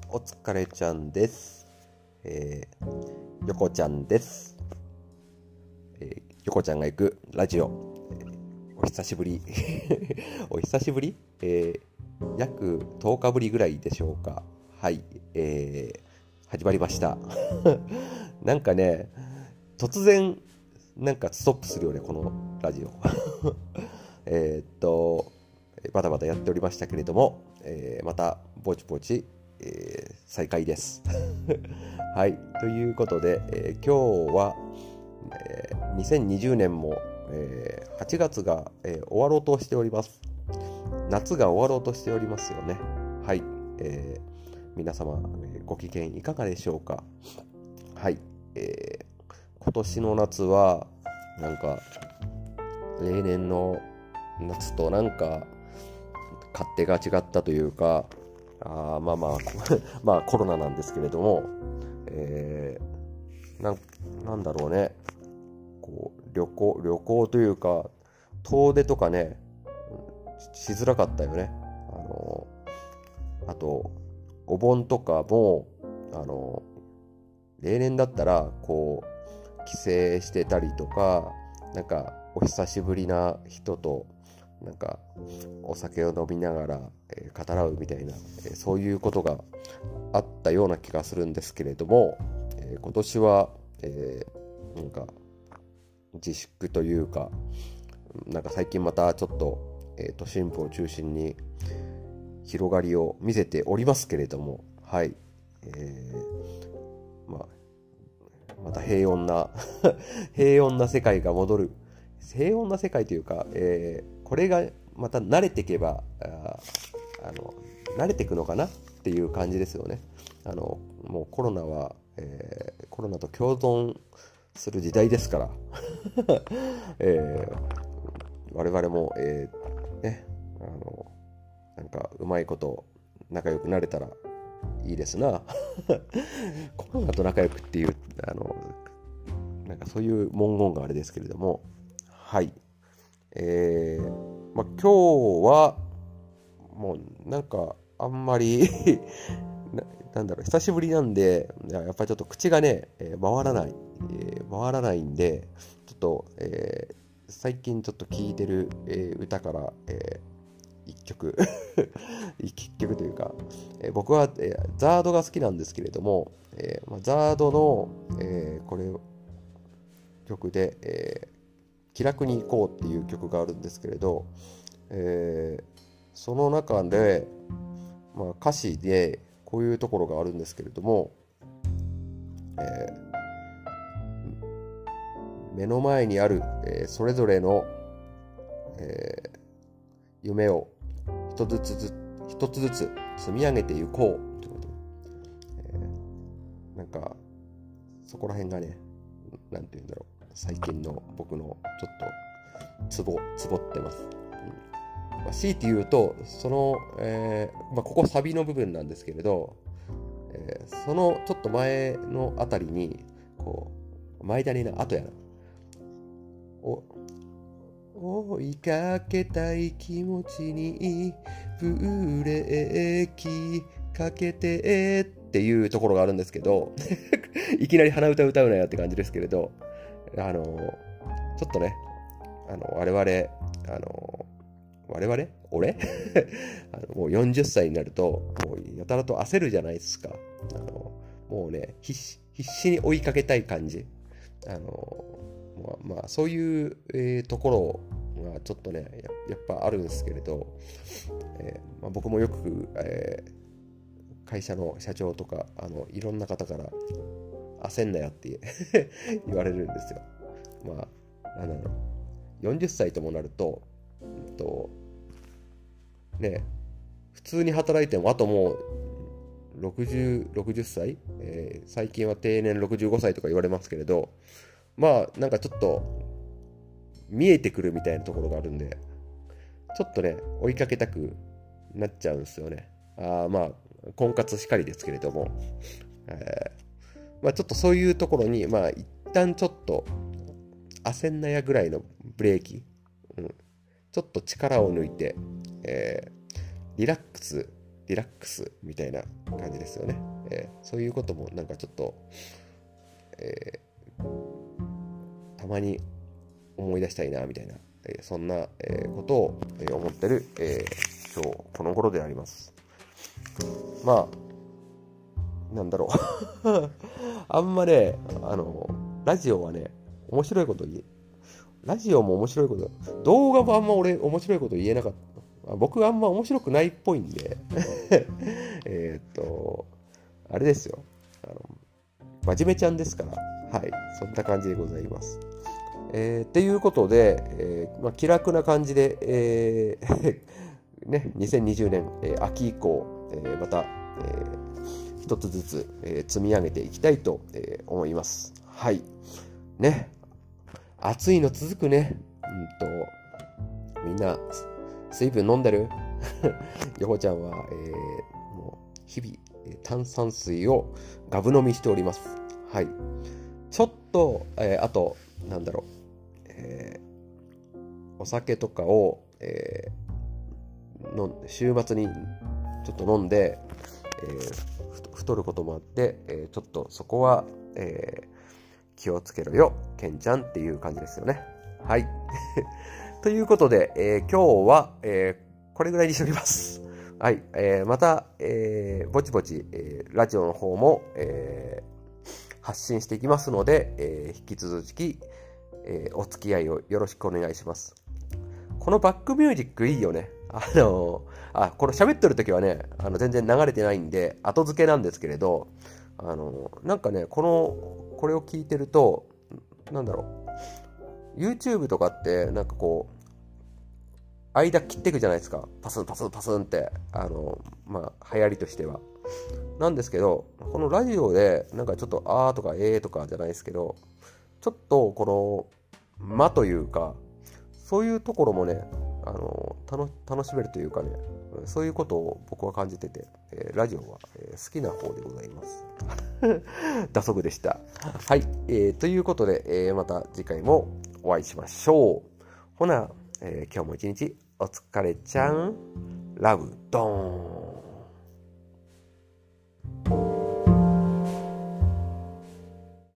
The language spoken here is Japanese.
お疲れちゃんです。よこちゃんです。よこちゃんが行くラジオ、お久しぶりお久しぶり、約10日ぶりぐらいでしょうか。はい、始まりましたなんかね、突然なんかストップするよね、このラジオバタバタやっておりましたけれども、またぼちぼち再開ですはい、ということで、今日は、2020年も、8月が、終わろうとしております。夏が終わろうとしておりますよね。はい、皆様、ご機嫌いかがでしょうか。はい、今年の夏はなんか例年の夏となんか勝手が違ったというか、まあコロナなんですけれども、なんだろうね、こう旅行というか遠出とかね、しづらかったよね。あとお盆とかも例年だったらこう帰省してたりとか、なんかお久しぶりな人となんかお酒を飲みながら、語らうみたいな、そういうことがあったような気がするんですけれども、今年は、なんか自粛というか、なんか最近またちょっと、都心部を中心に広がりを見せておりますけれども、はい、また平穏な平穏な世界が戻る、平穏な世界というか、これがまた慣れていけば慣れていくのかなっていう感じですよね。もうコロナは、コロナと共存する時代ですから我々も、ね、なんかうまいこと仲良くなれたらいいですなコロナと仲良くっていうなんかそういう文言があれですけれども、はい、今日はもうなんかあんまりなんだろう、久しぶりなんでやっぱりちょっと口がね、回らないんで、ちょっと、最近ちょっと聴いてる、歌から、一曲一曲というか、僕は、ザードが好きなんですけれども、ザードの、これ曲で、気楽に行こうっていう曲があるんですけれど、その中で、歌詞でこういうところがあるんですけれども、目の前にある、それぞれの、夢を一つずつ積み上げていこうということで、なんかそこら辺がね、なんていうんだろう、最近の僕のちょっとツボってます。強いて言うと、その、ここサビの部分なんですけれど、そのちょっと前のあたりにこう前谷の後やな、追いかけたい気持ちにブレーキかけてっていうところがあるんですけどいきなり鼻歌歌うなよって感じですけれど、ちょっとね、我々俺もう40歳になるともうやたらと焦るじゃないですか。もうね、必死に追いかけたい感じ、そういう、ところがちょっとね、やっぱあるんですけれど、僕もよく、会社の社長とかいろんな方から焦んなよって言われるんですよ。なんだろう、40歳ともなると、ね、普通に働いてもあともう60歳、最近は定年65歳とか言われますけれど、なんかちょっと見えてくるみたいなところがあるんで、ちょっとね追いかけたくなっちゃうんですよね。婚活しかりですけれども、ちょっとそういうところに一旦ちょっと焦んなやぐらいのブレーキ、ちょっと力を抜いて、リラックスリラックスみたいな感じですよね。そういうこともなんかちょっと、たまに思い出したいなみたいな、そんな、ことを、思ってる、今日この頃であります。まあなんだろうあんまねラジオはね面白いことラジオも面白いこと動画もあんま俺面白いこと言えなかった。僕があんま面白くないっぽいんであれですよ、真面目ちゃんですから、はい、そんな感じでございます。っていうことで、気楽な感じで、ね、2020年、秋以降、また、一つずつ、積み上げていきたいと、思います。はい。ね。暑いの続くね。みんな、水分飲んでるよこちゃんは、もう日々、炭酸水をガブ飲みしております。はい。ちょっと、あと、なんだろう。お酒とかを、週末にちょっと飲んで、太ることもあって、ちょっとそこは、気をつけろよケンちゃんっていう感じですよね。はいということで、今日は、これぐらいにしておきます。はい、また、ぼちぼち、ラジオの方も、発信していきますので、引き続き、お付き合いをよろしくお願いします。このバックミュージックいいよね。この喋ってる時はね、全然流れてないんで、後付けなんですけれど、なんかね、これを聞いてると、なんだろう、YouTube とかって、なんかこう、間切っていくじゃないですか。パスンパスンパスンって、流行りとしては。なんですけど、このラジオで、なんかちょっと、あーとかとかじゃないですけど、ちょっとこの間というかそういうところもね楽しめるというかね、そういうことを僕は感じてて、ラジオは、好きな方でございます打足でした。はい、ということで、また次回もお会いしましょう。ほな、今日も一日お疲れちゃん。ラブドーン。